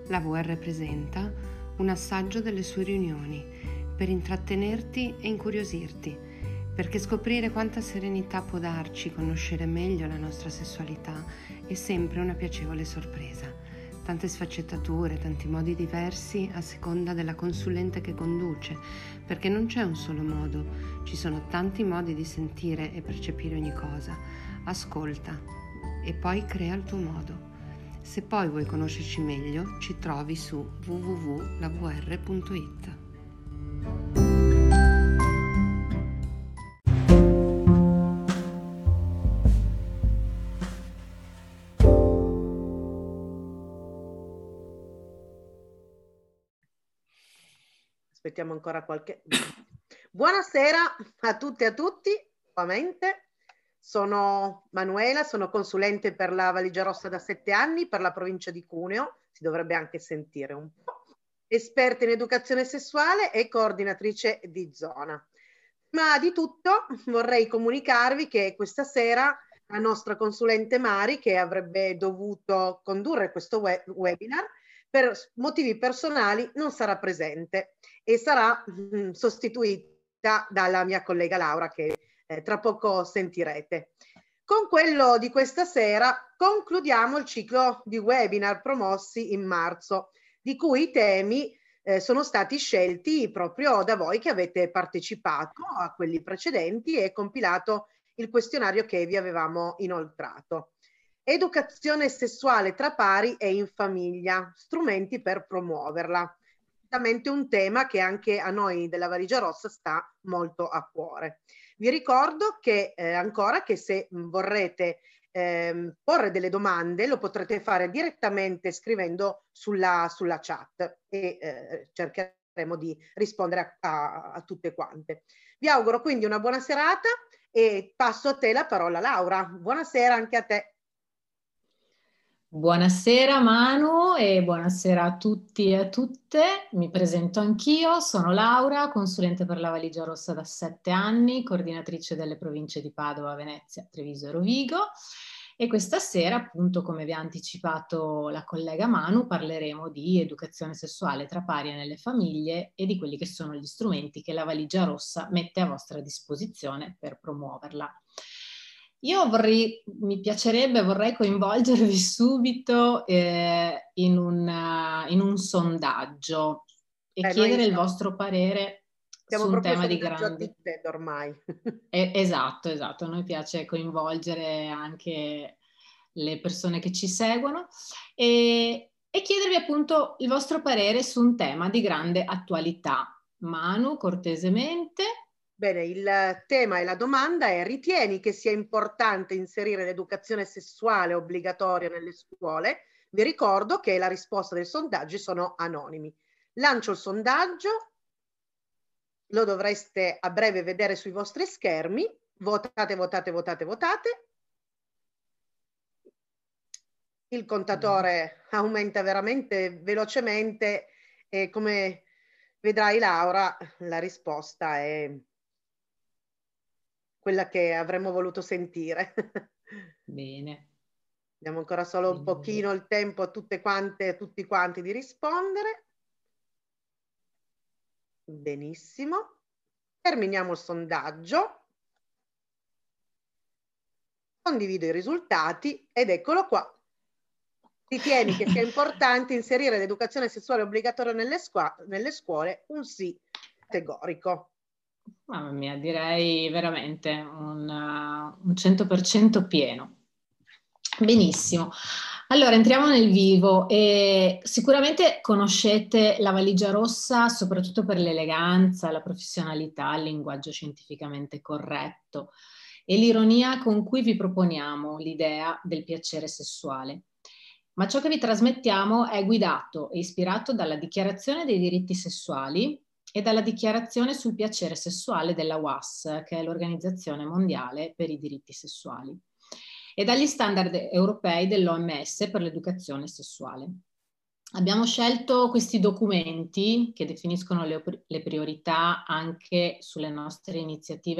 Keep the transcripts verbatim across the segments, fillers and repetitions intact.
la V R presenta un assaggio delle sue riunioni per intrattenerti e incuriosirti, perché scoprire quanta serenità può darci conoscere meglio la nostra sessualità è sempre una piacevole sorpresa. Tante sfaccettature, tanti modi diversi a seconda della consulente che conduce, perché non c'è un solo modo, ci sono tanti modi di sentire e percepire ogni cosa. Ascolta e poi crea il tuo modo. Se poi vuoi conoscerci meglio, ci trovi su w w w punto la v r punto i t. Aspettiamo ancora qualche... Buonasera a tutte e a tutti, nuovamente. Sono Manuela, sono consulente per la Valigia Rossa da sette anni per la provincia di Cuneo, si dovrebbe anche sentire un po', esperta in educazione sessuale e coordinatrice di zona. Ma di tutto vorrei comunicarvi che questa sera la nostra consulente Mari, che avrebbe dovuto condurre questo web webinar, per motivi personali non sarà presente e sarà mh, sostituita dalla mia collega Laura, che eh, tra poco sentirete. Con quello di questa sera concludiamo il ciclo di webinar promossi in marzo, di cui i temi eh, sono stati scelti proprio da voi che avete partecipato a quelli precedenti e compilato il questionario che vi avevamo inoltrato. Educazione sessuale tra pari e in famiglia, strumenti per promuoverla. Veramente un tema che anche a noi della Valigia Rossa sta molto a cuore. Vi ricordo che eh, ancora che se mh, vorrete ehm, porre delle domande lo potrete fare direttamente scrivendo sulla, sulla chat e eh, cercheremo di rispondere a, a, a tutte quante. Vi auguro quindi una buona serata e passo a te la parola, Laura. Buonasera anche a te. Buonasera Manu e buonasera a tutti e a tutte. Mi presento anch'io, sono Laura, consulente per la Valigia Rossa da sette anni, coordinatrice delle province di Padova, Venezia, Treviso e Rovigo. E questa sera, appunto, come vi ha anticipato la collega Manu, parleremo di educazione sessuale tra pari e nelle famiglie e di quelli che sono gli strumenti che la Valigia Rossa mette a vostra disposizione per promuoverla. Io vorrei, mi piacerebbe, vorrei coinvolgervi subito eh, in, un, in un sondaggio e Beh, chiedere il siamo, vostro parere su un proprio tema di sondaggio grande... addicted ormai. Eh, esatto, esatto, a noi piace coinvolgere anche le persone che ci seguono e, e chiedervi appunto il vostro parere su un tema di grande attualità. Manu, cortesemente. Bene, il tema e la domanda è: ritieni che sia importante inserire l'educazione sessuale obbligatoria nelle scuole? Vi ricordo che la risposta dei sondaggi sono anonimi. Lancio il sondaggio, lo dovreste a breve vedere sui vostri schermi. Votate, votate, votate, votate. Il contatore aumenta veramente velocemente e come vedrai, Laura, la risposta è quella che avremmo voluto sentire. Bene. Diamo ancora solo un pochino il tempo a tutte quante, a tutti quanti di rispondere. Benissimo. Terminiamo il sondaggio. Condivido i risultati ed eccolo qua. Ritieni che sia importante inserire l'educazione sessuale obbligatoria nelle, nelle scuole? Un sì categorico. Mamma mia, direi veramente un, uh, un cento per cento pieno. Benissimo. Allora, entriamo nel vivo. E sicuramente conoscete la Valigia Rossa soprattutto per l'eleganza, la professionalità, il linguaggio scientificamente corretto e l'ironia con cui vi proponiamo l'idea del piacere sessuale. Ma ciò che vi trasmettiamo è guidato e ispirato dalla Dichiarazione dei diritti sessuali e dalla Dichiarazione sul piacere sessuale della W A S, che è l'Organizzazione Mondiale per i Diritti Sessuali, e dagli standard europei dell'O M S per l'educazione sessuale. Abbiamo scelto questi documenti che definiscono le, le priorità anche sulle nostre iniziative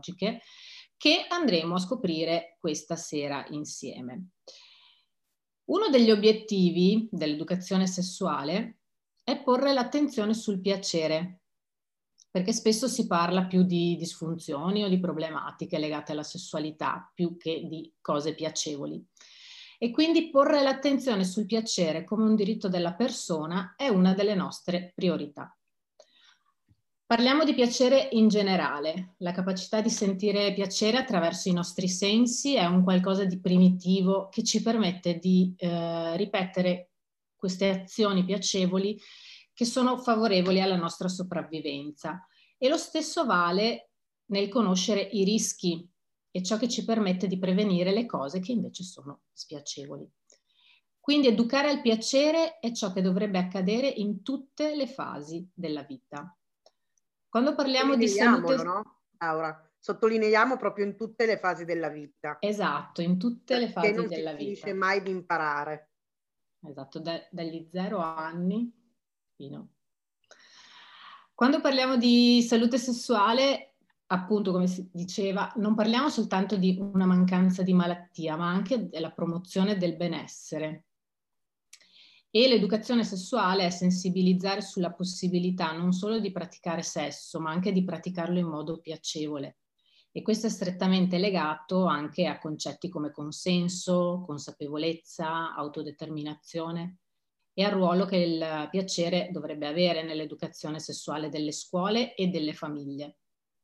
sociopedagogiche che andremo a scoprire questa sera insieme. Uno degli obiettivi dell'educazione sessuale è porre l'attenzione sul piacere, perché spesso si parla più di disfunzioni o di problematiche legate alla sessualità, più che di cose piacevoli. E quindi porre l'attenzione sul piacere come un diritto della persona è una delle nostre priorità. Parliamo di piacere in generale. La capacità di sentire piacere attraverso i nostri sensi è un qualcosa di primitivo che ci permette di eh, ripetere queste azioni piacevoli che sono favorevoli alla nostra sopravvivenza. E lo stesso vale nel conoscere i rischi e ciò che ci permette di prevenire le cose che invece sono spiacevoli. Quindi educare al piacere è ciò che dovrebbe accadere in tutte le fasi della vita. Quando parliamo di salute... no? Laura, sottolineiamo proprio in tutte le fasi della vita. Esatto, in tutte le fasi della vita. Che non si finisce mai di imparare. Esatto, da, dagli zero anni fino... Quando parliamo di salute sessuale, appunto, come si diceva, non parliamo soltanto di una mancanza di malattia, ma anche della promozione del benessere. E l'educazione sessuale è sensibilizzare sulla possibilità non solo di praticare sesso, ma anche di praticarlo in modo piacevole. E questo è strettamente legato anche a concetti come consenso, consapevolezza, autodeterminazione e al ruolo che il piacere dovrebbe avere nell'educazione sessuale delle scuole e delle famiglie.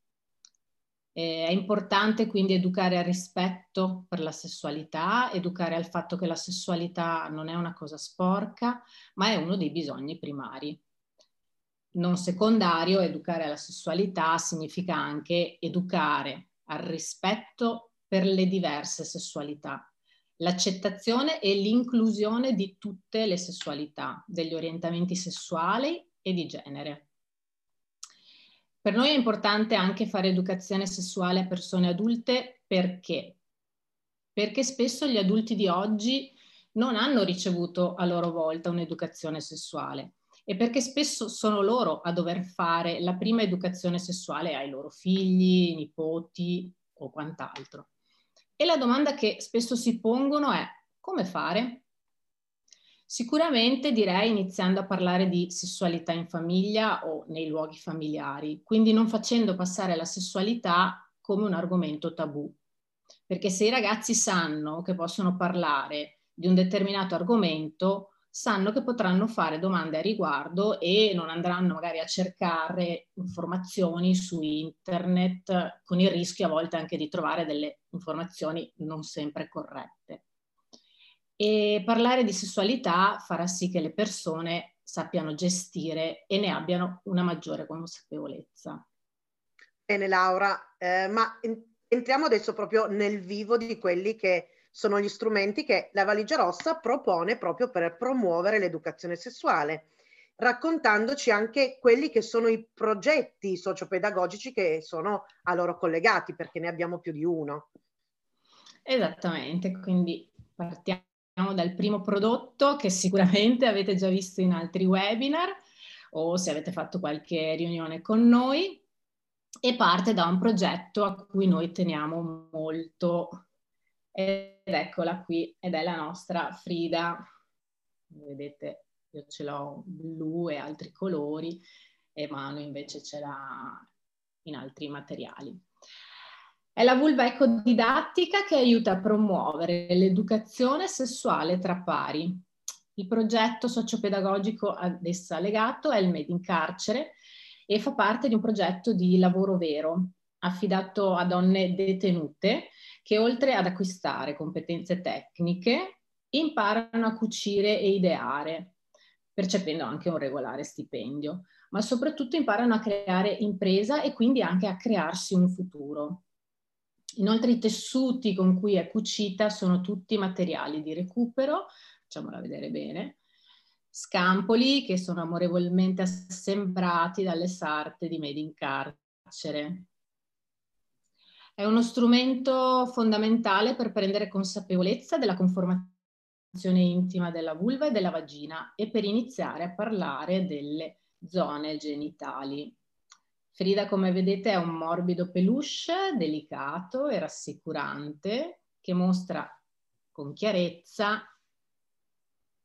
È importante quindi educare al rispetto per la sessualità, educare al fatto che la sessualità non è una cosa sporca, ma è uno dei bisogni primari. Non secondario, educare alla sessualità significa anche educare al rispetto per le diverse sessualità, l'accettazione e l'inclusione di tutte le sessualità, degli orientamenti sessuali e di genere. Per noi è importante anche fare educazione sessuale a persone adulte perché? Perché spesso gli adulti di oggi non hanno ricevuto a loro volta un'educazione sessuale e perché spesso sono loro a dover fare la prima educazione sessuale ai loro figli, nipoti o quant'altro. E la domanda che spesso si pongono è: come fare? Sicuramente direi iniziando a parlare di sessualità in famiglia o nei luoghi familiari, quindi non facendo passare la sessualità come un argomento tabù. Perché se i ragazzi sanno che possono parlare di un determinato argomento, sanno che potranno fare domande a riguardo e non andranno magari a cercare informazioni su internet, con il rischio a volte anche di trovare delle informazioni non sempre corrette. E parlare di sessualità farà sì che le persone sappiano gestire e ne abbiano una maggiore consapevolezza. Bene Laura, eh, ma entriamo adesso proprio nel vivo di quelli che sono gli strumenti che la Valigia Rossa propone proprio per promuovere l'educazione sessuale, raccontandoci anche quelli che sono i progetti sociopedagogici che sono a loro collegati, perché ne abbiamo più di uno. Esattamente, quindi partiamo dal primo prodotto che sicuramente avete già visto in altri webinar o se avete fatto qualche riunione con noi, e parte da un progetto a cui noi teniamo molto, ed eccola qui, ed è la nostra Frida. Vedete, io ce l'ho blu e altri colori e Manu invece ce l'ha in altri materiali. È la vulva ecodidattica che aiuta a promuovere l'educazione sessuale tra pari. Il progetto sociopedagogico ad essa legato è il Made in Carcere e fa parte di un progetto di lavoro vero, affidato a donne detenute che oltre ad acquistare competenze tecniche imparano a cucire e ideare, percependo anche un regolare stipendio, ma soprattutto imparano a creare impresa e quindi anche a crearsi un futuro. Inoltre i tessuti con cui è cucita sono tutti materiali di recupero, facciamola vedere bene, scampoli che sono amorevolmente assemblati dalle sarte di Made in Carcere. È uno strumento fondamentale per prendere consapevolezza della conformazione intima della vulva e della vagina e per iniziare a parlare delle zone genitali. Frida, come vedete, è un morbido peluche delicato e rassicurante che mostra con chiarezza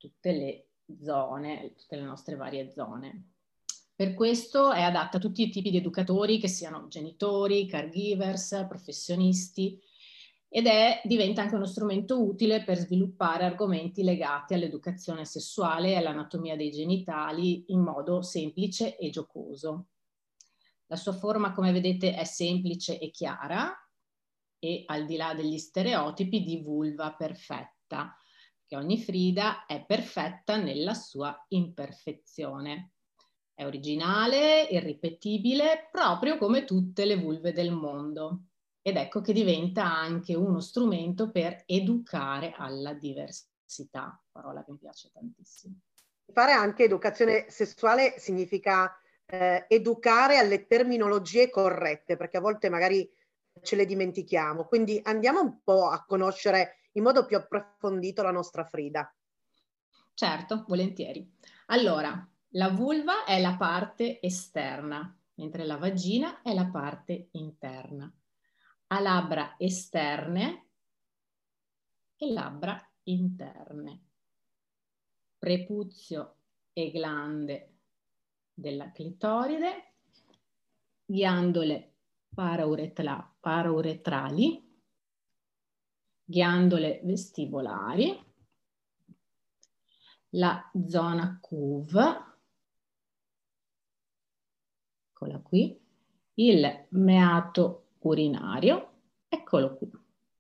tutte le zone, tutte le nostre varie zone. Per questo è adatta a tutti i tipi di educatori, che siano genitori, caregivers, professionisti, ed è, diventa anche uno strumento utile per sviluppare argomenti legati all'educazione sessuale e all'anatomia dei genitali in modo semplice e giocoso. La sua forma, come vedete, è semplice e chiara e, al di là degli stereotipi, di vulva perfetta, che ogni Frida è perfetta nella sua imperfezione. È originale, irripetibile, proprio come tutte le vulve del mondo. Ed ecco che diventa anche uno strumento per educare alla diversità, parola che mi piace tantissimo. Fare anche educazione sessuale significa eh, educare alle terminologie corrette, perché a volte magari ce le dimentichiamo. Quindi andiamo un po' a conoscere in modo più approfondito la nostra Frida. Certo, volentieri. Allora, la vulva è la parte esterna, mentre la vagina è la parte interna. Ha labbra esterne e labbra interne. Prepuzio e glande della clitoride, ghiandole parauretra- parauretrali, ghiandole vestibolari, la zona C U V, eccola qui, il meato urinario, eccolo qui.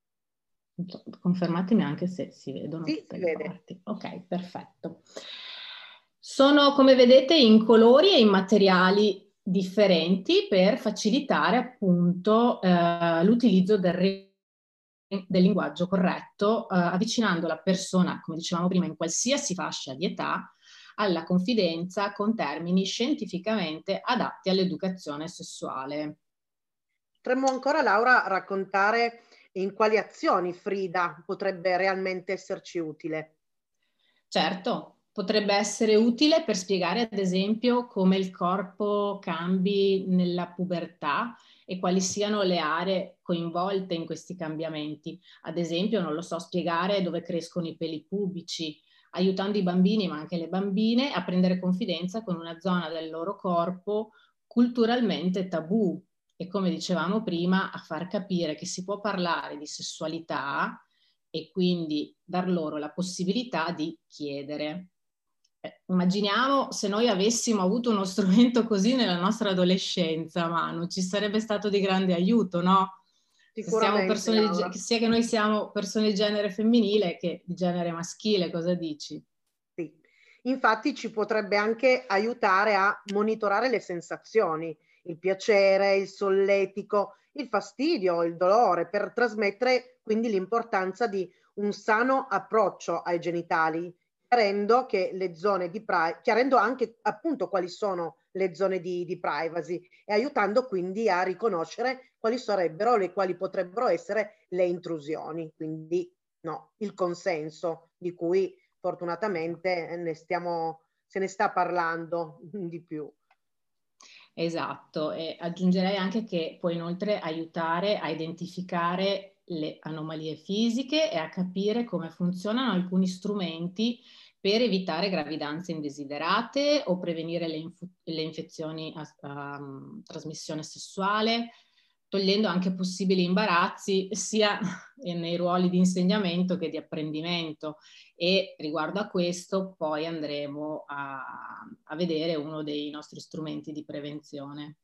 Confermatemi anche se si vedono sì, tutte si le vede. parti. Ok, perfetto. Sono, come vedete, in colori e in materiali differenti per facilitare appunto eh, l'utilizzo del, del linguaggio corretto, eh, avvicinando la persona, come dicevamo prima, in qualsiasi fascia di età, alla confidenza con termini scientificamente adatti all'educazione sessuale. Potremmo ancora, Laura, raccontare in quali azioni Frida potrebbe realmente esserci utile. Certo, potrebbe essere utile per spiegare ad esempio come il corpo cambi nella pubertà e quali siano le aree coinvolte in questi cambiamenti. Ad esempio, non lo so, spiegare dove crescono i peli pubici, aiutando i bambini ma anche le bambine a prendere confidenza con una zona del loro corpo culturalmente tabù e, come dicevamo prima, a far capire che si può parlare di sessualità e quindi dar loro la possibilità di chiedere. Eh, immaginiamo se noi avessimo avuto uno strumento così nella nostra adolescenza, ma non ci sarebbe stato di grande aiuto, no? Se siamo persone di, che sia che noi siamo persone di genere femminile che di genere maschile, cosa dici? Sì. Infatti ci potrebbe anche aiutare a monitorare le sensazioni, il piacere, il solletico, il fastidio, il dolore, per trasmettere quindi l'importanza di un sano approccio ai genitali, chiarendo che le zone di pri- chiarendo anche appunto quali sono le zone di, di privacy e aiutando quindi a riconoscere quali sarebbero le quali potrebbero essere le intrusioni, quindi no, il consenso di cui fortunatamente ne stiamo, se ne sta parlando di più. Esatto, e aggiungerei anche che può inoltre aiutare a identificare le anomalie fisiche e a capire come funzionano alcuni strumenti per evitare gravidanze indesiderate o prevenire le, inf- le infezioni a, a um, trasmissione sessuale, togliendo anche possibili imbarazzi sia nei ruoli di insegnamento che di apprendimento. E riguardo a questo poi andremo a, a vedere uno dei nostri strumenti di prevenzione.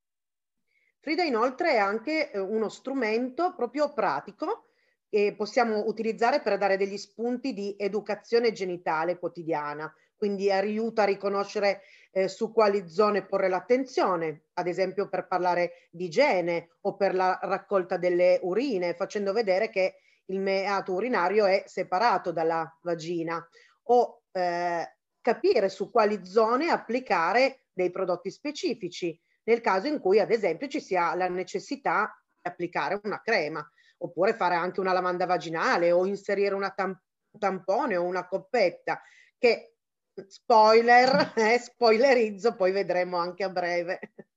Frida inoltre è anche uno strumento proprio pratico che possiamo utilizzare per dare degli spunti di educazione genitale quotidiana, quindi aiuta a riconoscere eh, su quali zone porre l'attenzione, ad esempio per parlare di igiene o per la raccolta delle urine, facendo vedere che il meato urinario è separato dalla vagina, o eh, capire su quali zone applicare dei prodotti specifici, nel caso in cui ad esempio ci sia la necessità di applicare una crema, oppure fare anche una lavanda vaginale o inserire una tam- un tampone o una coppetta, che spoiler, eh, spoilerizzo, poi vedremo anche a breve.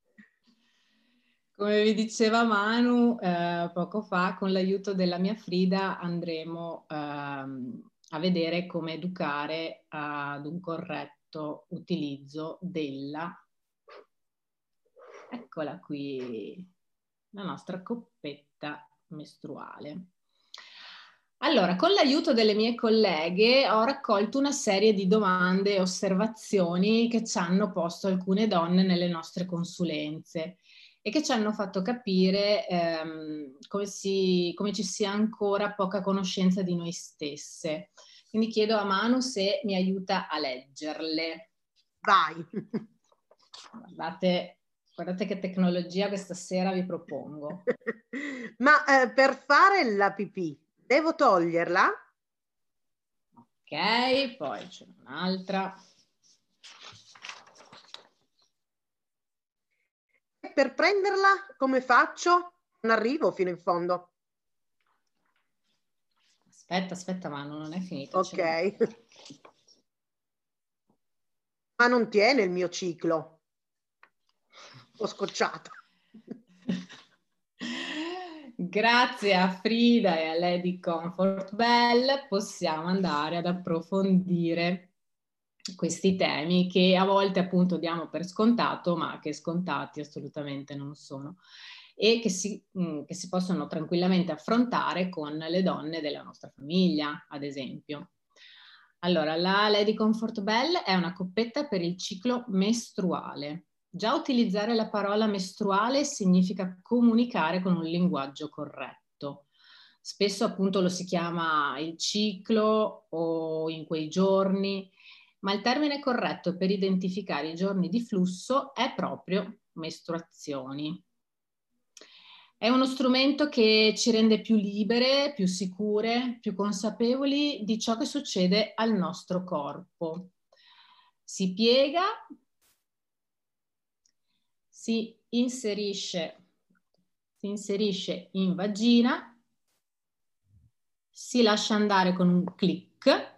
Come vi diceva Manu eh, poco fa, con l'aiuto della mia Frida andremo ehm, a vedere come educare ad un corretto utilizzo della, eccola qui, la nostra coppetta mestruale. Allora, con l'aiuto delle mie colleghe ho raccolto una serie di domande e osservazioni che ci hanno posto alcune donne nelle nostre consulenze e che ci hanno fatto capire ehm, come, si, come ci sia ancora poca conoscenza di noi stesse. Quindi chiedo a Manu se mi aiuta a leggerle. Vai! Guardate, guardate che tecnologia questa sera vi propongo. Ma eh, per fare la pipì devo toglierla? Ok, poi c'è un'altra. E per prenderla come faccio? Non arrivo fino in fondo. Aspetta, aspetta, ma non è finita. Ok. Ma non tiene il mio ciclo. Ho scocciato. Grazie a Frida e a Lady Comfort Bell possiamo andare ad approfondire questi temi che a volte appunto diamo per scontato, ma che scontati assolutamente non sono, e che si, mh, che si possono tranquillamente affrontare con le donne della nostra famiglia, ad esempio. Allora, la Lady Comfort Bell è una coppetta per il ciclo mestruale. Già utilizzare la parola mestruale significa comunicare con un linguaggio corretto. Spesso appunto lo si chiama il ciclo o in quei giorni, ma il termine corretto per identificare i giorni di flusso è proprio mestruazioni. È uno strumento che ci rende più libere, più sicure, più consapevoli di ciò che succede al nostro corpo. Si piega, si inserisce, si inserisce in vagina, si lascia andare con un clic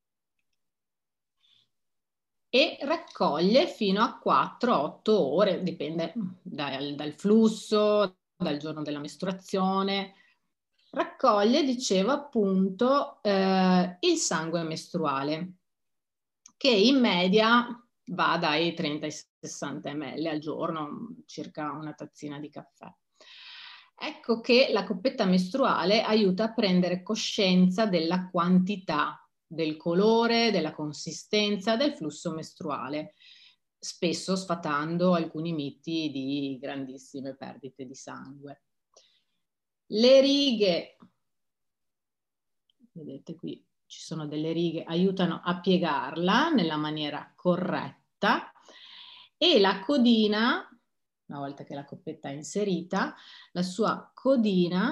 e raccoglie fino a quattro otto ore, dipende dal, dal flusso, dal giorno della mestruazione. Raccoglie, dicevo appunto, eh, il sangue mestruale, che in media va dai trenta ai sessanta millilitri al giorno, circa una tazzina di caffè. Ecco che la coppetta mestruale aiuta a prendere coscienza della quantità, del colore, della consistenza, del flusso mestruale, spesso sfatando alcuni miti di grandissime perdite di sangue. Le righe, vedete qui ci sono delle righe, aiutano a piegarla nella maniera corretta e la codina, una volta che la coppetta è inserita, la sua codina,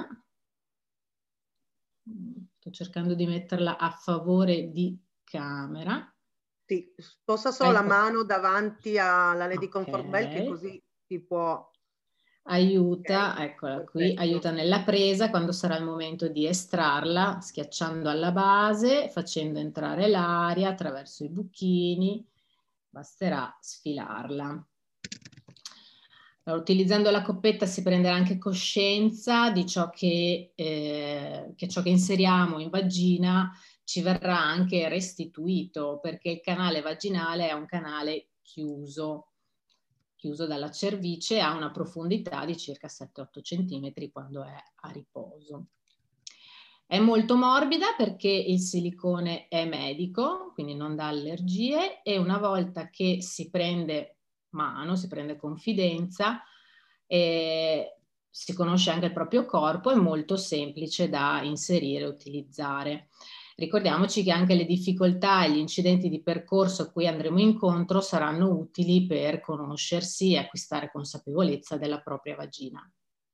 sto cercando di metterla a favore di camera. Sì, sposta solo ecco la mano davanti alla Lady okay. Comfort Bell, che così si può... Aiuta, okay. Eccola Perfetto. Qui, aiuta nella presa quando sarà il momento di estrarla, schiacciando alla base, facendo entrare l'aria attraverso i buchini, basterà sfilarla. Allora, utilizzando la coppetta si prenderà anche coscienza di ciò che, eh, che ciò che inseriamo in vagina ci verrà anche restituito, perché il canale vaginale è un canale chiuso, chiuso dalla cervice, ha una profondità di circa sette otto centimetri quando è a riposo. È molto morbida perché il silicone è medico, quindi non dà allergie, e una volta che si prende mano, si prende confidenza, e si conosce anche il proprio corpo, è molto semplice da inserire e utilizzare. Ricordiamoci che anche le difficoltà e gli incidenti di percorso a cui andremo incontro saranno utili per conoscersi e acquistare consapevolezza della propria vagina.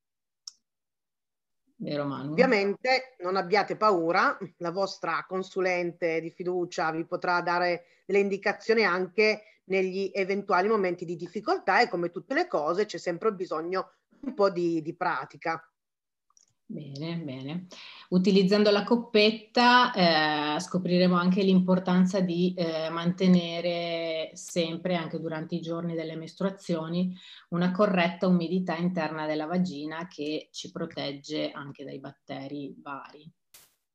Vero Manu? Ovviamente non abbiate paura, la vostra consulente di fiducia vi potrà dare delle indicazioni anche negli eventuali momenti di difficoltà, e come tutte le cose c'è sempre bisogno un po' di, di pratica. Bene, bene. Utilizzando la coppetta eh, scopriremo anche l'importanza di eh, mantenere sempre, anche durante i giorni delle mestruazioni, una corretta umidità interna della vagina che ci protegge anche dai batteri vari.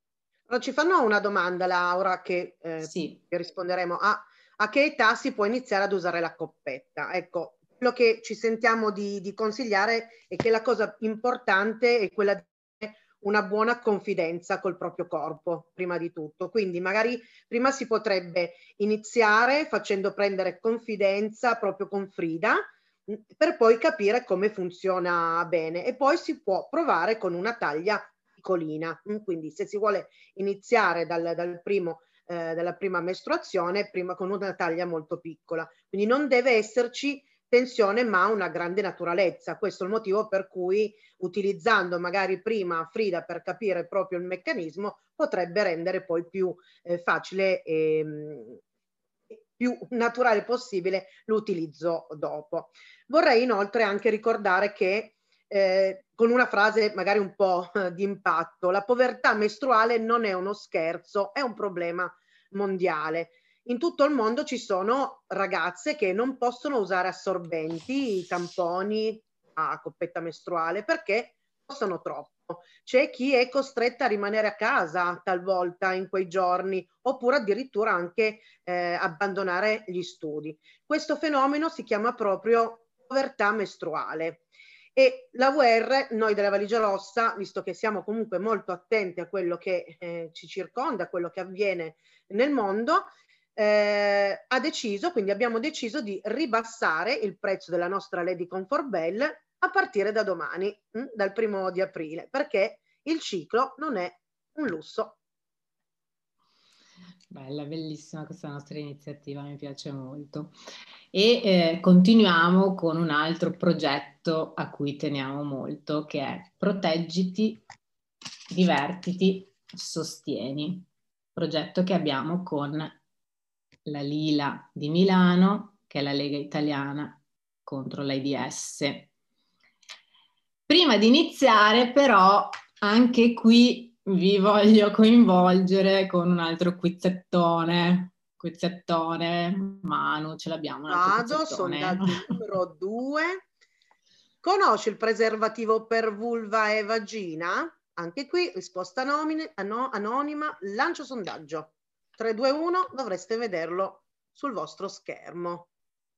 Allora, ci fanno una domanda, Laura, che, eh, Sì. che risponderemo. A, a che età si può iniziare ad usare la coppetta? Ecco, quello che ci sentiamo di, di consigliare è che la cosa importante è quella di avere una buona confidenza col proprio corpo, prima di tutto. Quindi magari prima si potrebbe iniziare facendo prendere confidenza proprio con Frida, per poi capire come funziona bene, e poi si può provare con una taglia piccolina. Quindi se si vuole iniziare dal, dal primo, eh, dalla prima mestruazione, prima con una taglia molto piccola. Quindi non deve esserci tensione, ma una grande naturalezza. Questo è il motivo per cui, utilizzando magari prima Frida per capire proprio il meccanismo, potrebbe rendere poi più eh, facile e più naturale possibile l'utilizzo dopo. Vorrei inoltre anche ricordare che eh, con una frase magari un po' eh, di impatto, la povertà mestruale non è uno scherzo, è un problema mondiale. In tutto il mondo ci sono ragazze che non possono usare assorbenti, tamponi a coppetta mestruale perché costano troppo. C'è chi è costretta a rimanere a casa talvolta in quei giorni, oppure addirittura anche eh, abbandonare gli studi. Questo fenomeno si chiama proprio povertà mestruale. E la V R, noi della Valigia Rossa, visto che siamo comunque molto attenti a quello che eh, ci circonda, a quello che avviene nel mondo, eh, ha deciso, quindi abbiamo deciso di ribassare il prezzo della nostra Lady Comfort Bell a partire da domani, mh, dal primo di aprile, perché il ciclo non è un lusso. Bella, bellissima questa nostra iniziativa, mi piace molto. E eh, continuiamo con un altro progetto a cui teniamo molto, che è Proteggiti, divertiti, sostieni. Progetto che abbiamo con la Lila di Milano, che è la Lega Italiana contro l'AIDS. Prima di iniziare, però, anche qui vi voglio coinvolgere con un altro quizzettone. Quizzettone, Manu, ce l'abbiamo un altro Vado, quizzettone. sondaggio numero due. Conosci il preservativo per vulva e vagina? Anche qui risposta nomine, ano, anonima, lancio sondaggio. tre, due, uno, dovreste vederlo sul vostro schermo.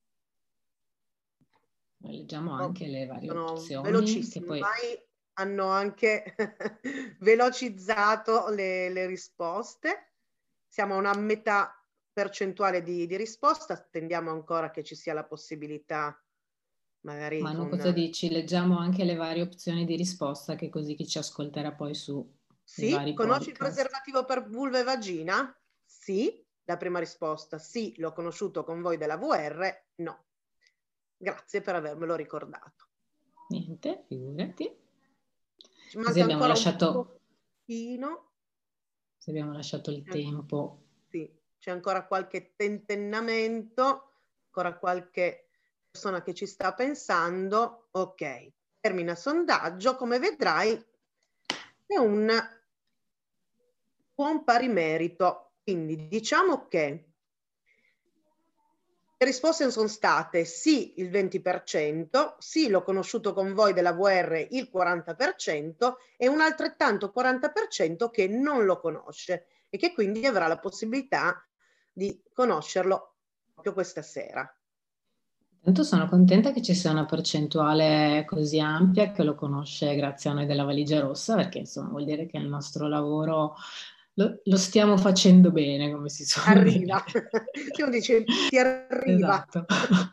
Leggiamo anche le varie Sono opzioni. velocissimi, Che poi... ormai hanno anche velocizzato le, le risposte. Siamo a una metà percentuale di, di risposta, attendiamo ancora che ci sia la possibilità magari Manu, con... cosa dici? Leggiamo anche le varie opzioni di risposta, che così chi ci ascolterà poi su i Sì, vari conosci il podcast. preservativo per vulva e vagina? Sì, la prima risposta. Sì, l'ho conosciuto con voi della V R. No. Grazie per avermelo ricordato. Niente, figurati. Ci Così manca abbiamo ancora lasciato, un pochino. così abbiamo lasciato il tempo. Sì, c'è ancora qualche tentennamento, ancora qualche persona che ci sta pensando. Ok, termina sondaggio. Come vedrai è un buon pari merito. Quindi diciamo che le risposte sono state sì il venti per cento, sì l'ho conosciuto con voi della V R il quaranta per cento e un altrettanto quaranta per cento che non lo conosce e che quindi avrà la possibilità di conoscerlo proprio questa sera. Intanto sono contenta che ci sia una percentuale così ampia che lo conosce grazie a noi della Valigia Rossa, perché insomma vuol dire che il nostro lavoro lo, lo stiamo facendo bene, come si suol Arriva, dire. si dice ti arriva. Esatto.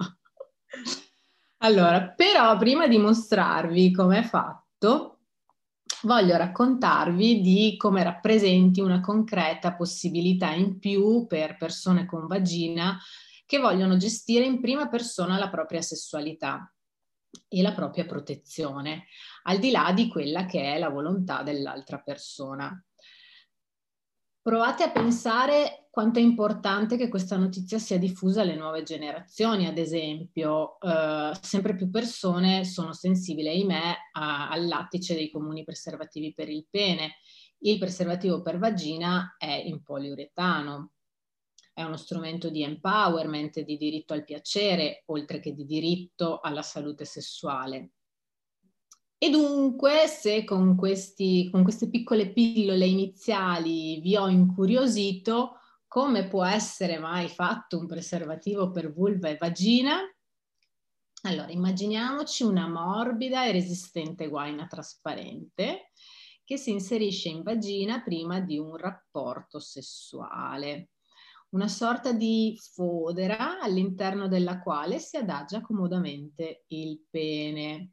Allora, però prima di mostrarvi come è fatto, voglio raccontarvi di come rappresenti una concreta possibilità in più per persone con vagina che vogliono gestire in prima persona la propria sessualità e la propria protezione, al di là di quella che è la volontà dell'altra persona. Provate a pensare quanto è importante che questa notizia sia diffusa alle nuove generazioni, ad esempio. Eh, sempre più persone sono sensibili, ahimè, a, al lattice dei comuni preservativi per il pene. Il preservativo per vagina è in poliuretano. È uno strumento di empowerment, di diritto al piacere, oltre che di diritto alla salute sessuale. E dunque, se con, questi, con queste piccole pillole iniziali vi ho incuriosito, come può essere mai fatto un preservativo per vulva e vagina? Allora, immaginiamoci una morbida e resistente guaina trasparente che si inserisce in vagina prima di un rapporto sessuale. Una sorta di fodera all'interno della quale si adagia comodamente il pene.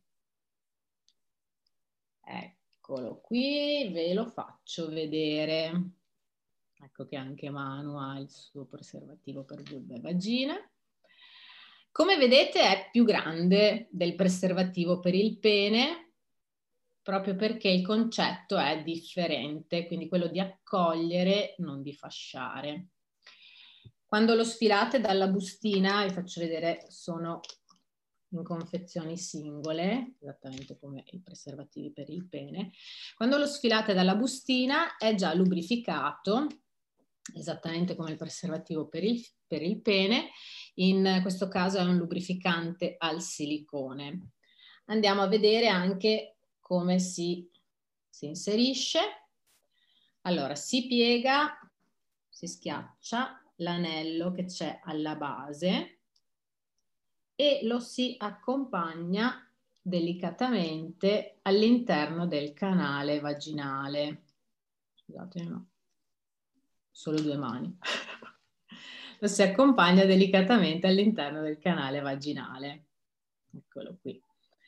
Eccolo qui, ve lo faccio vedere. Ecco che anche Manu ha il suo preservativo per vulva e vagina. Come vedete è più grande del preservativo per il pene, proprio perché il concetto è differente, quindi quello di accogliere, non di fasciare. Quando lo sfilate dalla bustina, vi faccio vedere, sono in confezioni singole, esattamente come i preservativi per il pene. Quando lo sfilate dalla bustina è già lubrificato, esattamente come il preservativo per il, per il pene. In questo caso è un lubrificante al silicone. Andiamo a vedere anche come si, si inserisce. Allora, si piega, si schiaccia l'anello che c'è alla base e lo si accompagna delicatamente all'interno del canale vaginale. Scusate, no, solo due mani. Lo si accompagna delicatamente all'interno del canale vaginale. Eccolo qui.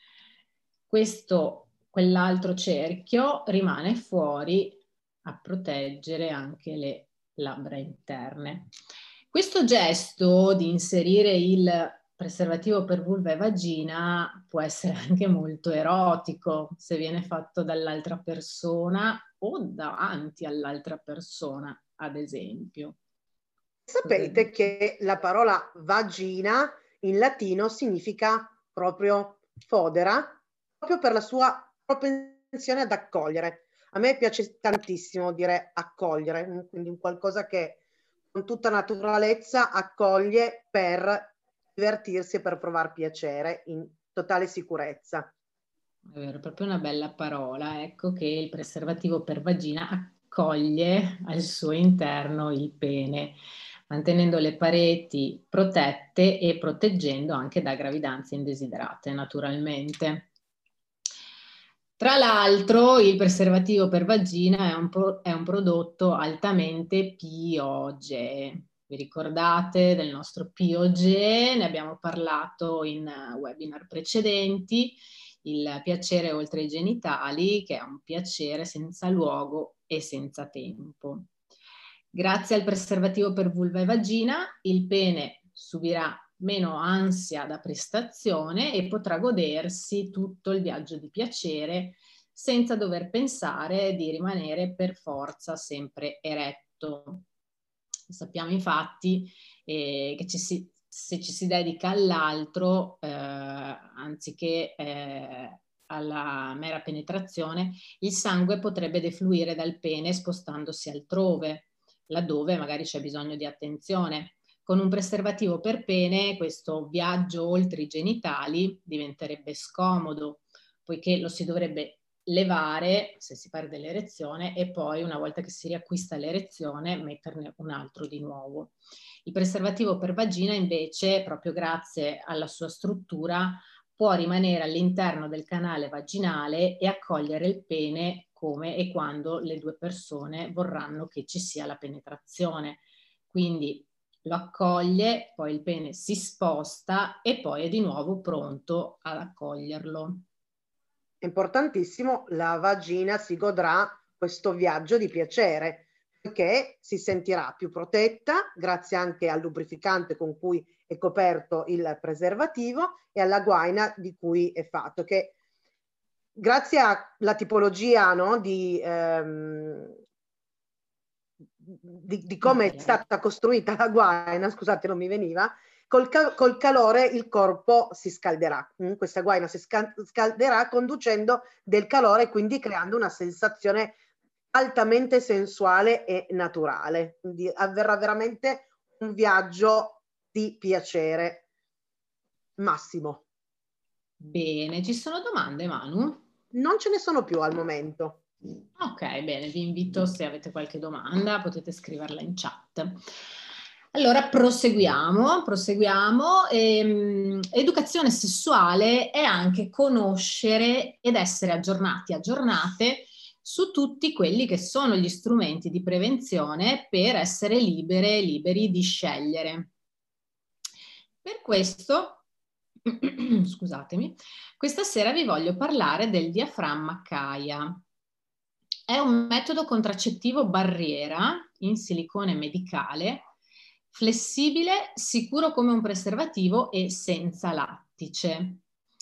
Questo, quell'altro cerchio rimane fuori a proteggere anche le labbra interne. Questo gesto di inserire il preservativo per vulva e vagina può essere anche molto erotico se viene fatto dall'altra persona o davanti all'altra persona, ad esempio. Sapete che la parola vagina in latino significa proprio fodera, proprio per la sua propensione ad accogliere. A me piace tantissimo dire accogliere, quindi un qualcosa che con tutta naturalezza accoglie per divertirsi e per provare piacere in totale sicurezza. È vero, è proprio una bella parola. Ecco che il preservativo per vagina accoglie al suo interno il pene, mantenendo le pareti protette e proteggendo anche da gravidanze indesiderate, naturalmente. Tra l'altro, il preservativo per vagina è un, pro- è un prodotto altamente P O G. Vi ricordate del nostro P O G? Ne abbiamo parlato in webinar precedenti. Il piacere oltre i genitali, che è un piacere senza luogo e senza tempo. Grazie al preservativo per vulva e vagina, il pene subirà meno ansia da prestazione e potrà godersi tutto il viaggio di piacere senza dover pensare di rimanere per forza sempre eretto. Sappiamo infatti eh, che ci si, se ci si dedica all'altro, eh, anziché eh, alla mera penetrazione, il sangue potrebbe defluire dal pene spostandosi altrove, laddove magari c'è bisogno di attenzione. Con un preservativo per pene questo viaggio oltre i genitali diventerebbe scomodo, poiché lo si dovrebbe levare se si perde l'erezione e poi una volta che si riacquista l'erezione metterne un altro di nuovo. Il preservativo per vagina invece, proprio grazie alla sua struttura, può rimanere all'interno del canale vaginale e accogliere il pene come e quando le due persone vorranno che ci sia la penetrazione. Quindi lo accoglie, poi il pene si sposta e poi è di nuovo pronto ad accoglierlo. Importantissimo, la vagina si godrà questo viaggio di piacere perché si sentirà più protetta grazie anche al lubrificante con cui è coperto il preservativo e alla guaina di cui è fatto, che grazie alla tipologia, no, di, ehm, di, di come è stata costruita la guaina, scusate non mi veniva, Col, cal col calore il corpo si scalderà, mm, questa guaina si scal scalderà conducendo del calore, quindi creando una sensazione altamente sensuale e naturale. Quindi avverrà veramente un viaggio di piacere massimo. Bene, ci sono domande, Manu? non ce ne sono più al momento. Ok, bene, vi invito, se avete qualche domanda potete scriverla in chat. Allora proseguiamo, proseguiamo. Ehm, educazione sessuale è anche conoscere ed essere aggiornati, aggiornate su tutti quelli che sono gli strumenti di prevenzione per essere libere, liberi di scegliere. Per questo, scusatemi, questa sera vi voglio parlare del diaframma Kaya. È un metodo contraccettivo barriera in silicone medicale, flessibile, sicuro come un preservativo e senza lattice.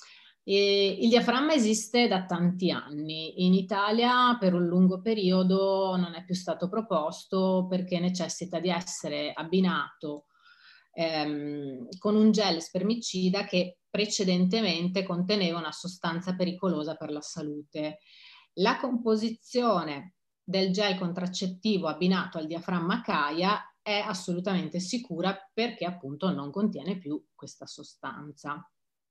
E il diaframma esiste da tanti anni. In Italia per un lungo periodo non è più stato proposto perché necessita di essere abbinato ehm, con un gel spermicida che precedentemente conteneva una sostanza pericolosa per la salute. La composizione del gel contraccettivo abbinato al diaframma Kaya è assolutamente sicura perché appunto non contiene più questa sostanza.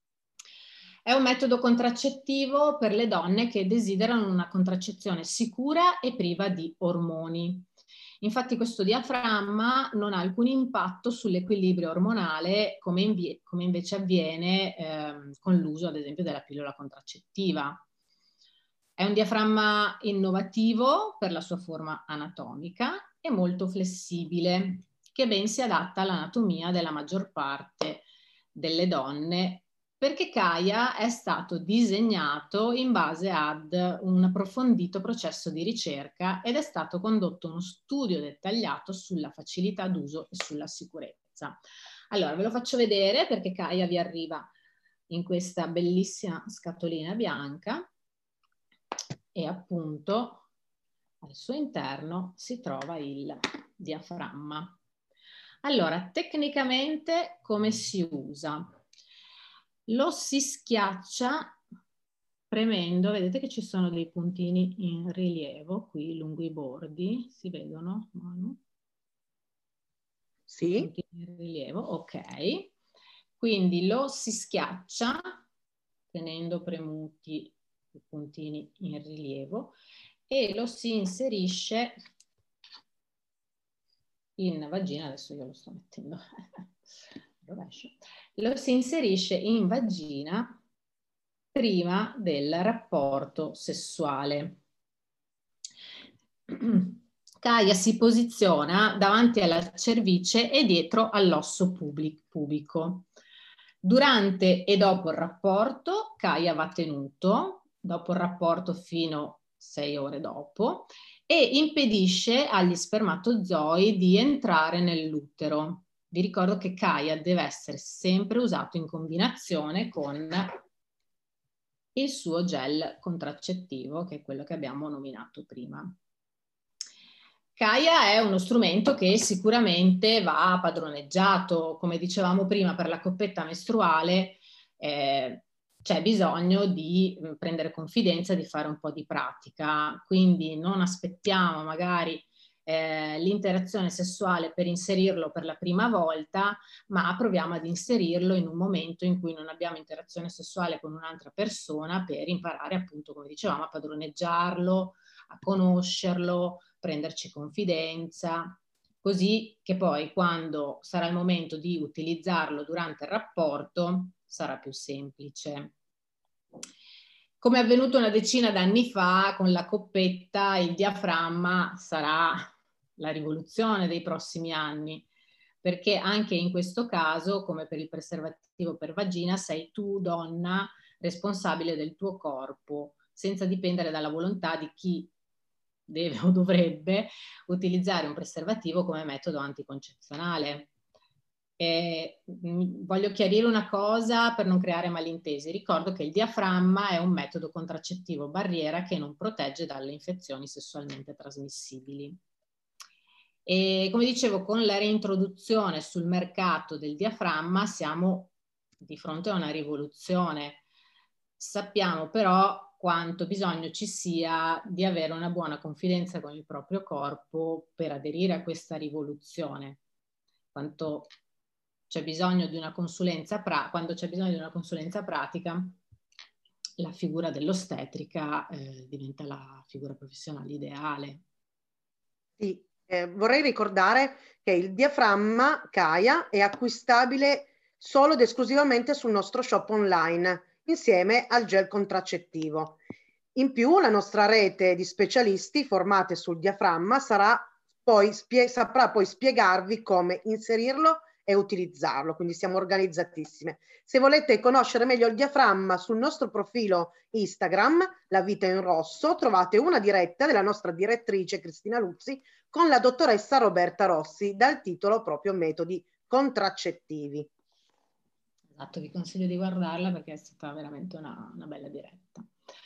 È un metodo contraccettivo per le donne che desiderano una contraccezione sicura e priva di ormoni. Infatti questo diaframma non ha alcun impatto sull'equilibrio ormonale come, inv- come invece avviene ehm, con l'uso ad esempio della pillola contraccettiva. È un diaframma innovativo per la sua forma anatomica e molto flessibile, che ben si adatta all'anatomia della maggior parte delle donne, perché Kaya è stato disegnato in base ad un approfondito processo di ricerca ed è stato condotto uno studio dettagliato sulla facilità d'uso e sulla sicurezza. Allora, ve lo faccio vedere perché Kaya vi arriva in questa bellissima scatolina bianca e appunto al suo interno si trova il diaframma. Allora, tecnicamente come si usa? Lo si schiaccia premendo, vedete che ci sono dei puntini in rilievo qui lungo i bordi, si vedono, Manu? Sì. Puntini in rilievo, ok. Quindi lo si schiaccia tenendo premuti i puntini in rilievo e lo si inserisce in vagina, adesso io lo sto mettendo rovescio, lo si inserisce in vagina prima del rapporto sessuale. Kaya si posiziona davanti alla cervice e dietro all'osso pubico. Durante e dopo il rapporto, Kaya va tenuto, dopo il rapporto fino a sei ore dopo, e impedisce agli spermatozoi di entrare nell'utero. Vi ricordo che Kaya deve essere sempre usato in combinazione con il suo gel contraccettivo, che è quello che abbiamo nominato prima. Kaya è uno strumento che sicuramente va padroneggiato, come dicevamo prima, per la coppetta mestruale eh, c'è bisogno di prendere confidenza, di fare un po' di pratica, quindi non aspettiamo magari eh, l'interazione sessuale per inserirlo per la prima volta, ma proviamo ad inserirlo in un momento in cui non abbiamo interazione sessuale con un'altra persona per imparare appunto, come dicevamo, a padroneggiarlo, a conoscerlo, prenderci confidenza, così che poi quando sarà il momento di utilizzarlo durante il rapporto sarà più semplice. Come è avvenuto una decina d'anni fa con la coppetta, il diaframma sarà la rivoluzione dei prossimi anni, perché anche in questo caso, come per il preservativo per vagina, sei tu, donna, responsabile del tuo corpo, senza dipendere dalla volontà di chi deve o dovrebbe utilizzare un preservativo come metodo anticoncezionale. E, mh, voglio chiarire una cosa per non creare malintesi. Ricordo che il diaframma è un metodo contraccettivo barriera che non protegge dalle infezioni sessualmente trasmissibili. E come dicevo, con la reintroduzione sul mercato del diaframma siamo di fronte a una rivoluzione. Sappiamo però quanto bisogno ci sia di avere una buona confidenza con il proprio corpo per aderire a questa rivoluzione. Quanto c'è bisogno di una consulenza pra- quando c'è bisogno di una consulenza pratica la figura dell'ostetrica eh, diventa la figura professionale ideale. Sì, eh, vorrei ricordare che il diaframma Kaya è acquistabile solo ed esclusivamente sul nostro shop online, insieme al gel contraccettivo. In più, la nostra rete di specialisti formate sul diaframma sarà poi spie- saprà poi spiegarvi come inserirlo e utilizzarlo, quindi siamo organizzatissime. Se volete conoscere meglio il diaframma, sul nostro profilo Instagram, La Vita in Rosso, trovate una diretta della nostra direttrice Cristina Luzzi con la dottoressa Roberta Rossi, dal titolo proprio Metodi contraccettivi. Esatto, vi consiglio di guardarla perché è stata veramente una, una bella diretta.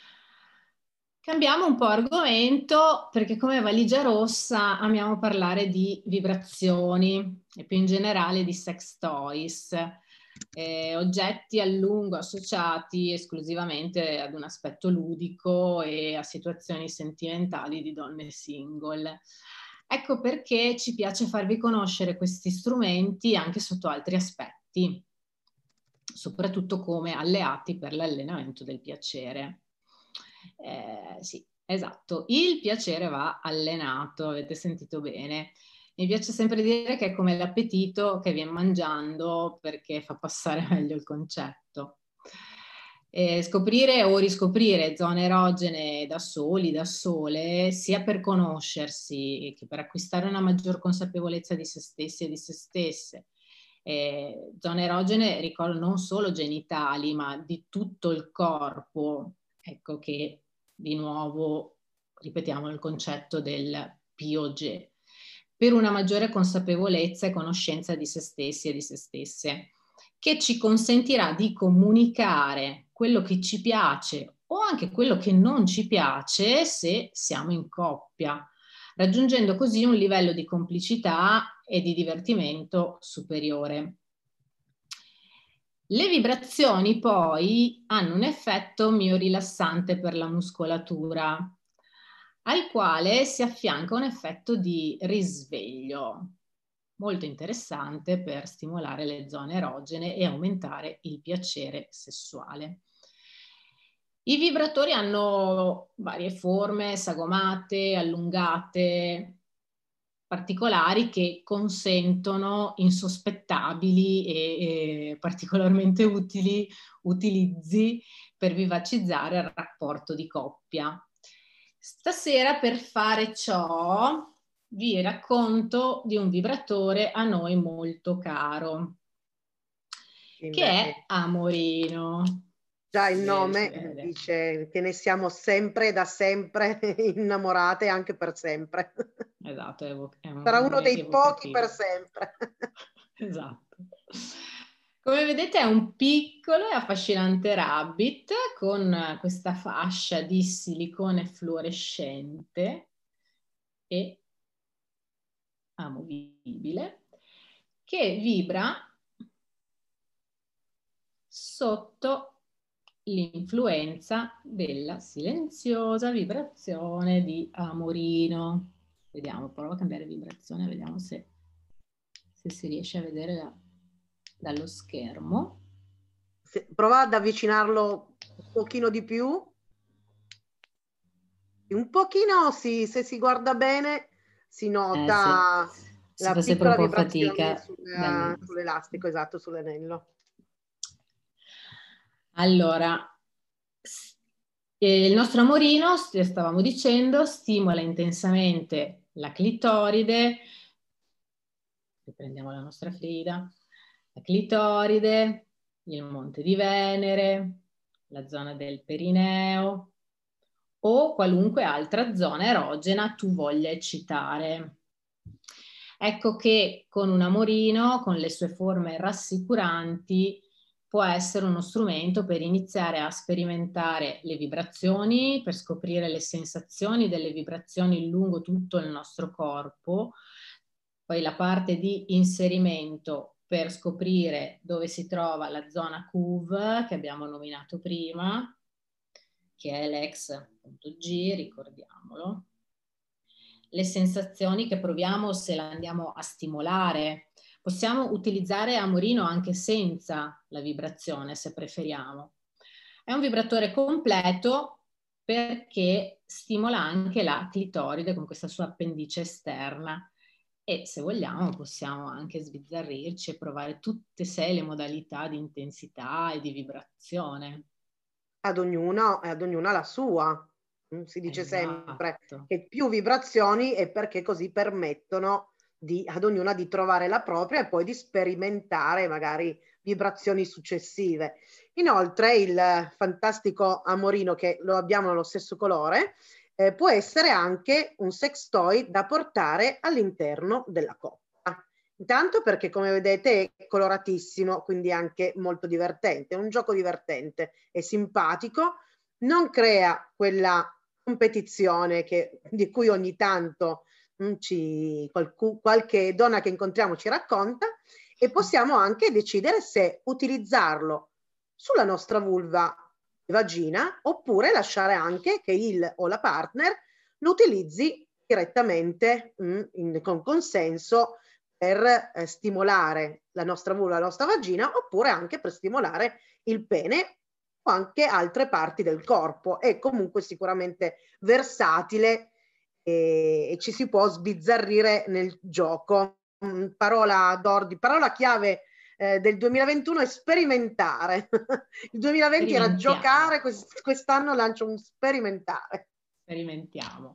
Cambiamo un po' argomento, perché come Valigia Rossa amiamo parlare di vibrazioni e più in generale di sex toys, eh, oggetti a lungo associati esclusivamente ad un aspetto ludico e a situazioni sentimentali di donne single. Ecco perché ci piace farvi conoscere questi strumenti anche sotto altri aspetti, soprattutto come alleati per l'allenamento del piacere. Eh, sì, esatto, il piacere va allenato, avete sentito bene. Mi piace sempre dire che è come l'appetito che viene mangiando perché fa passare meglio il concetto. Eh, scoprire o riscoprire zone erogene da soli, da sole, sia per conoscersi che per acquistare una maggior consapevolezza di se stessi e di se stesse. Eh, zone erogene, ricordo, non solo genitali, ma di tutto il corpo. Ecco che di nuovo ripetiamo il concetto del P O G, per una maggiore consapevolezza e conoscenza di se stessi e di se stesse, che ci consentirà di comunicare quello che ci piace o anche quello che non ci piace se siamo in coppia, raggiungendo così un livello di complicità e di divertimento superiore. Le vibrazioni poi hanno un effetto miorilassante per la muscolatura, al quale si affianca un effetto di risveglio, molto interessante per stimolare le zone erogene e aumentare il piacere sessuale. I vibratori hanno varie forme, sagomate, allungate, particolari che consentono insospettabili e, e particolarmente utili utilizzi per vivacizzare il rapporto di coppia. Stasera per fare ciò vi racconto di un vibratore a noi molto caro, che è Amorino. Già il nome dice che ne siamo sempre, da sempre innamorate, anche per sempre. Esatto, è è un sarà uno dei evocativo. pochi per sempre. Esatto. Come vedete è un piccolo e affascinante rabbit con questa fascia di silicone fluorescente e amovibile che vibra sotto l'influenza della silenziosa vibrazione di Amorino. Vediamo, provo a cambiare vibrazione, vediamo se, se si riesce a vedere da, dallo schermo. Se, prova ad avvicinarlo un pochino di più. Un pochino, sì, se si guarda bene si nota eh, sì. la si piccola un po' vibrazione fatica sul, sull'elastico, esatto, sull'anello. Allora, il nostro Amorino, stavamo dicendo, stimola intensamente la clitoride. Riprendiamo la nostra Frida. La clitoride, il monte di Venere, la zona del perineo o qualunque altra zona erogena tu voglia eccitare. Ecco che con un Amorino, con le sue forme rassicuranti, può essere uno strumento per iniziare a sperimentare le vibrazioni, per scoprire le sensazioni delle vibrazioni lungo tutto il nostro corpo. Poi la parte di inserimento per scoprire dove si trova la zona C U V che abbiamo nominato prima, che è l'ex punto G, ricordiamolo. Le sensazioni che proviamo se la andiamo a stimolare. Possiamo utilizzare Amorino anche senza la vibrazione, se preferiamo. È un vibratore completo perché stimola anche la clitoride con questa sua appendice esterna. E se vogliamo possiamo anche sbizzarrirci e provare tutte e sei le modalità di intensità e di vibrazione. Ad ognuna, ad ognuna la sua. Si dice Esatto. sempre che più vibrazioni è perché così permettono di, ad ognuna di trovare la propria e poi di sperimentare magari vibrazioni successive. Inoltre il fantastico amorino, che lo abbiamo nello stesso colore, eh, può essere anche un sex toy da portare all'interno della coppia. Intanto perché, come vedete, è coloratissimo, quindi anche molto divertente, è un gioco divertente, è simpatico, non crea quella competizione che, di cui ogni tanto mh, ci, qualcu, qualche donna che incontriamo ci racconta, e possiamo anche decidere se utilizzarlo sulla nostra vulva vagina oppure lasciare anche che il o la partner lo utilizzi direttamente mh, in, con consenso per eh, stimolare la nostra vulva, la nostra vagina, oppure anche per stimolare il pene o anche altre parti del corpo. È comunque sicuramente versatile e, e ci si può sbizzarrire nel gioco. Mm, parola d'ordine, parola chiave eh, del duemilaventuno è sperimentare. Il duemilaventi era giocare, quest- quest'anno lancio un sperimentare. Sperimentiamo.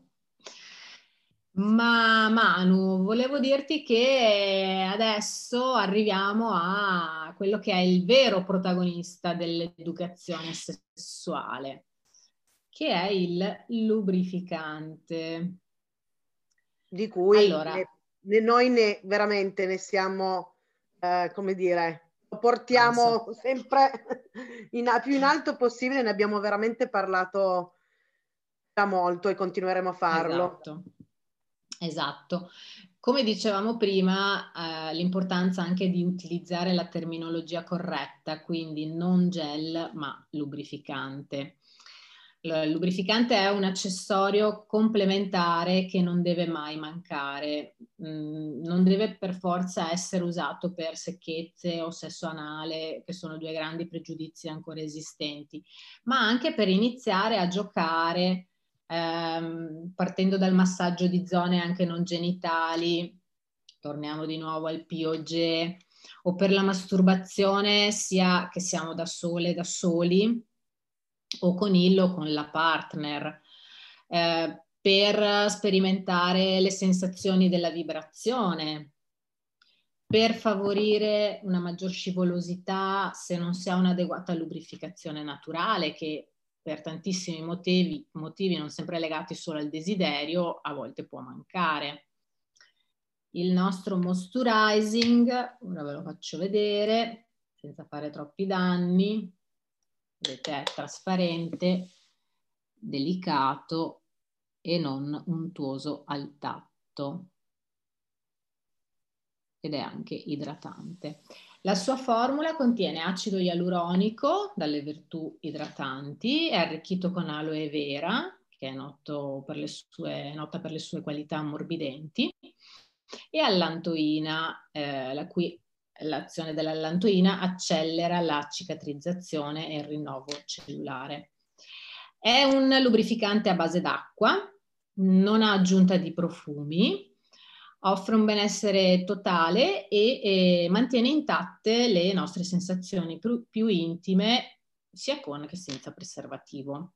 Ma Manu, volevo dirti che adesso arriviamo a quello che è il vero protagonista dell'educazione sessuale, che è il lubrificante. Di cui allora, ne, ne, noi ne veramente ne siamo, eh, come dire, lo portiamo penso. sempre in, più in alto possibile, ne abbiamo veramente parlato da molto e continueremo a farlo. Esatto. Esatto. Come dicevamo prima, eh, l'importanza anche di utilizzare la terminologia corretta, quindi non gel ma lubrificante. Allora, il lubrificante è un accessorio complementare che non deve mai mancare, mm, non deve per forza essere usato per secchezze o sesso anale, che sono due grandi pregiudizi ancora esistenti, ma anche per iniziare a giocare, ehm, partendo dal massaggio di zone anche non genitali, torniamo di nuovo al P O G, o per la masturbazione, sia che siamo da sole, da soli, o con il o con la partner, eh, per sperimentare le sensazioni della vibrazione, per favorire una maggior scivolosità se non si ha un'adeguata lubrificazione naturale, che per tantissimi motivi, motivi non sempre legati solo al desiderio, a volte può mancare. Il nostro moisturizing, ora ve lo faccio vedere, senza fare troppi danni. Vedete, è trasparente, delicato e non untuoso al tatto. Ed è anche idratante. La sua formula contiene acido ialuronico dalle virtù idratanti, è arricchito con aloe vera, che è noto per le sue, nota per le sue qualità ammorbidenti, e allantoina, eh, la cui l'azione dell'allantoina accelera la cicatrizzazione e il rinnovo cellulare. È un lubrificante a base d'acqua, non ha aggiunta di profumi, offre un benessere totale e, e mantiene intatte le nostre sensazioni più, più intime, sia con che senza preservativo.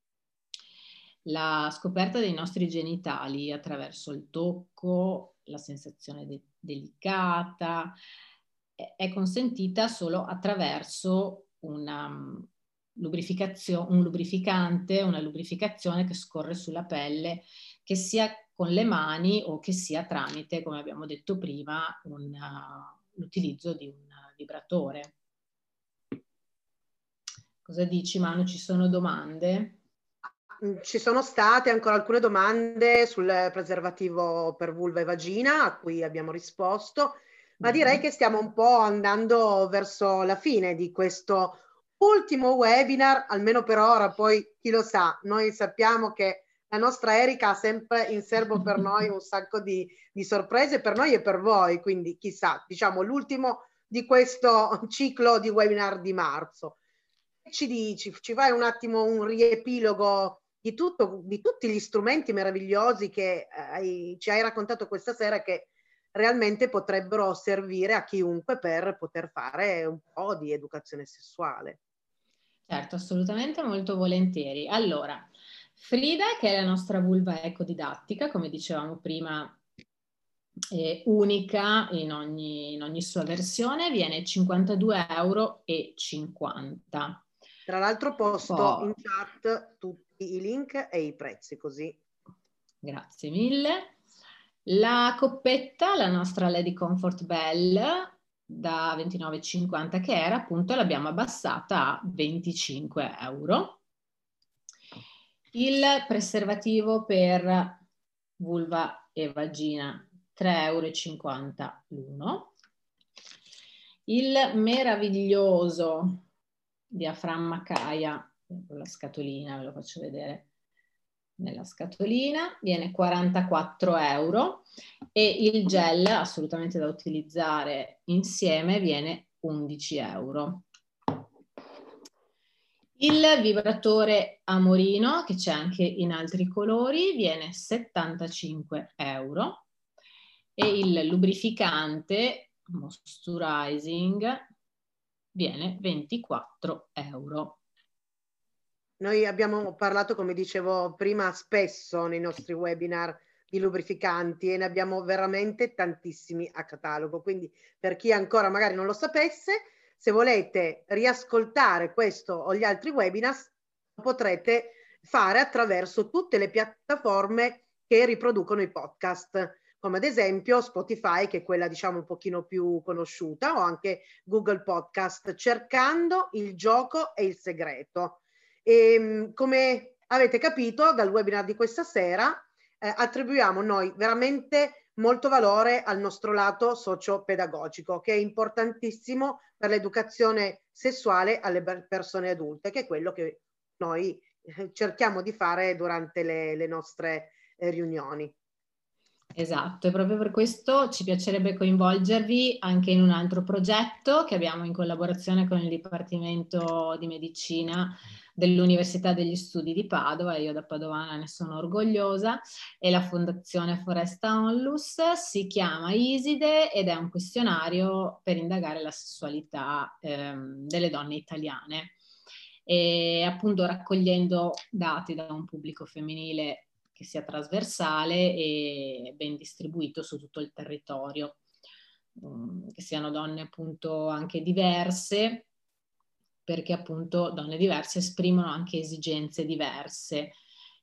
La scoperta dei nostri genitali attraverso il tocco, la sensazione de- delicata, è, è consentita solo attraverso una um, lubrificazione, un lubrificante, una lubrificazione che scorre sulla pelle, che sia con le mani o che sia tramite, come abbiamo detto prima, un, uh, l'utilizzo di un vibratore. Cosa dici, Manu? Ci sono domande? Ci sono state ancora alcune domande sul preservativo per vulva e vagina a cui abbiamo risposto, ma direi che stiamo un po' andando verso la fine di questo ultimo webinar, almeno per ora, poi chi lo sa, noi sappiamo che la nostra Erika ha sempre in serbo per noi un sacco di, di sorprese per noi e per voi, quindi chissà, diciamo l'ultimo di questo ciclo di webinar di marzo. ci dici? Ci fai un attimo un riepilogo di tutto, di tutti gli strumenti meravigliosi che hai, ci hai raccontato questa sera, che realmente potrebbero servire a chiunque per poter fare un po' di educazione sessuale. Certo, assolutamente, molto volentieri. Allora, Frida, che è la nostra vulva ecodidattica, come dicevamo prima, è unica in ogni, in ogni sua versione, viene cinquantadue euro e cinquanta. Tra l'altro posto Poi, in chat tutti i link e i prezzi, così. Grazie mille. La coppetta, la nostra Lady Comfort Bell, da ventinove e cinquanta che era, appunto l'abbiamo abbassata a venticinque euro. Il preservativo per vulva e vagina, tre euro e cinquanta l'uno. Il meraviglioso diaframma Kaya, con la scatolina, ve lo faccio vedere nella scatolina, viene quarantaquattro euro, e il gel, assolutamente da utilizzare insieme, viene undici euro. Il vibratore Amorino, che c'è anche in altri colori, viene settantacinque euro, e il lubrificante Moisturizing viene ventiquattro euro. Noi abbiamo parlato, come dicevo prima, spesso nei nostri webinar di lubrificanti, e ne abbiamo veramente tantissimi a catalogo, quindi per chi ancora magari non lo sapesse, se volete riascoltare questo o gli altri webinar, potrete fare attraverso tutte le piattaforme che riproducono i podcast, come ad esempio Spotify, che è quella diciamo un pochino più conosciuta, o anche Google Podcast, cercando Il gioco e il segreto. E come avete capito dal webinar di questa sera, eh, attribuiamo noi veramente molto valore al nostro lato socio-pedagogico, che è importantissimo per l'educazione sessuale alle persone adulte, che è quello che noi eh, cerchiamo di fare durante le, le nostre eh, riunioni. Esatto, e proprio per questo ci piacerebbe coinvolgervi anche in un altro progetto che abbiamo in collaborazione con il Dipartimento di Medicina dell'Università degli Studi di Padova. Io da padovana ne sono orgogliosa, e la Fondazione Foresta Onlus. Si chiama ISIDE ed è un questionario per indagare la sessualità ehm, delle donne italiane, e appunto raccogliendo dati da un pubblico femminile che sia trasversale e ben distribuito su tutto il territorio, che siano donne appunto anche diverse, perché appunto donne diverse esprimono anche esigenze diverse,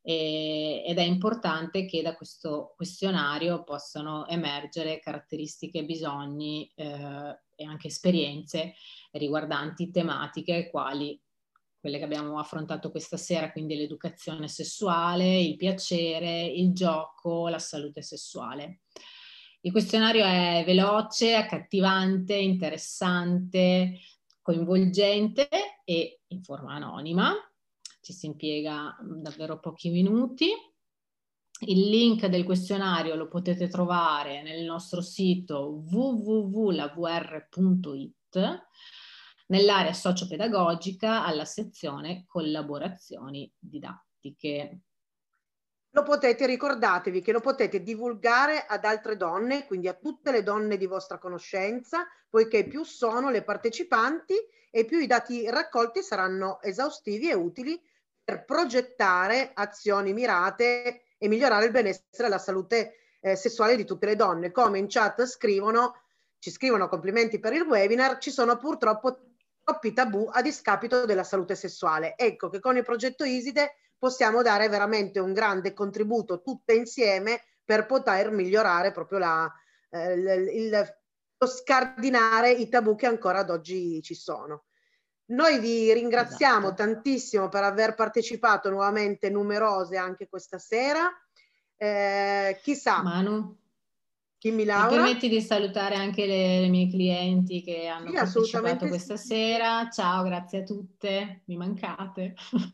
e, ed è importante che da questo questionario possano emergere caratteristiche, bisogni eh, e anche esperienze riguardanti tematiche quali quelle che abbiamo affrontato questa sera, quindi l'educazione sessuale, il piacere, il gioco, la salute sessuale. Il questionario è veloce, accattivante, interessante, coinvolgente e in forma anonima. Ci si impiega davvero pochi minuti. Il link del questionario lo potete trovare nel nostro sito w w w punto la v r punto i t, nell'area socio-pedagogica, alla sezione collaborazioni didattiche. Lo potete, ricordatevi che lo potete divulgare ad altre donne, quindi a tutte le donne di vostra conoscenza, poiché più sono le partecipanti e più i dati raccolti saranno esaustivi e utili per progettare azioni mirate e migliorare il benessere e la salute eh, sessuale di tutte le donne. Come in chat scrivono, ci scrivono complimenti per il webinar, ci sono purtroppo troppi tabù a discapito della salute sessuale. Ecco che con il progetto ISIDE possiamo dare veramente un grande contributo tutte insieme per poter migliorare proprio la, eh, il, lo scardinare i tabù che ancora ad oggi ci sono. Noi vi ringraziamo Esatto. tantissimo per aver partecipato nuovamente numerose anche questa sera. Eh, chissà, Manu, dimmi mi Laura. permetti di salutare anche le, le mie clienti che hanno Sì, partecipato assolutamente questa sì. sera. Ciao, grazie a tutte, mi mancate.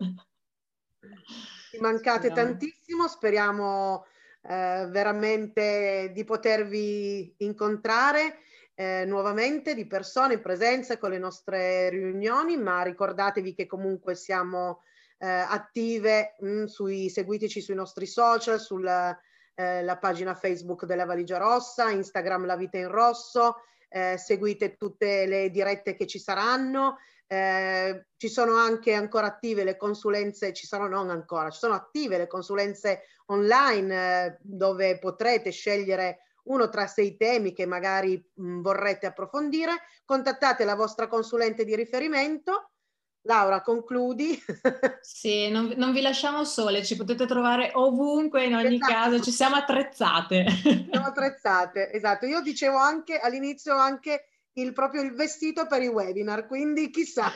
Mi mancate Speriamo. tantissimo, speriamo eh, veramente di potervi incontrare eh, nuovamente di persone in presenza con le nostre riunioni, ma ricordatevi che comunque siamo eh, attive, mh, sui, seguiteci sui nostri social, sulla eh, la pagina Facebook della Valigia Rossa, Instagram La Vita in Rosso, eh, seguite tutte le dirette che ci saranno. Eh, ci sono anche ancora attive le consulenze, ci sono non ancora, ci sono attive le consulenze online eh, dove potrete scegliere uno tra sei temi che magari mh, vorrete approfondire. Contattate la vostra consulente di riferimento. Laura, concludi. Sì, non, non vi lasciamo sole, ci potete trovare ovunque, in ogni Esatto. caso, ci siamo attrezzate. Siamo attrezzate, esatto. Io dicevo anche all'inizio anche il proprio il vestito per i webinar, quindi chissà.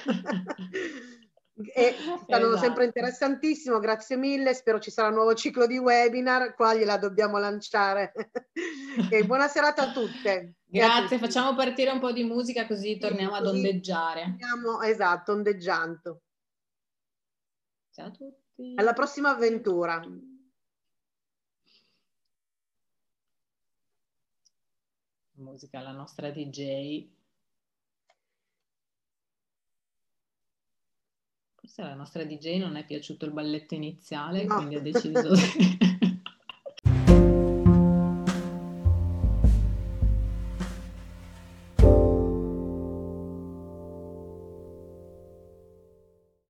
E stanno Esatto. sempre interessantissimo, grazie mille, spero ci sarà un nuovo ciclo di webinar, qua gliela dobbiamo lanciare. E buona serata a tutte. Grazie, a facciamo partire un po' di musica così sì, torniamo ad così ondeggiare. andiamo, esatto, ondeggiando. Ciao a tutti. Alla prossima avventura. Musica alla nostra D J. Forse alla nostra D J non è piaciuto il balletto iniziale, No. quindi ha deciso di...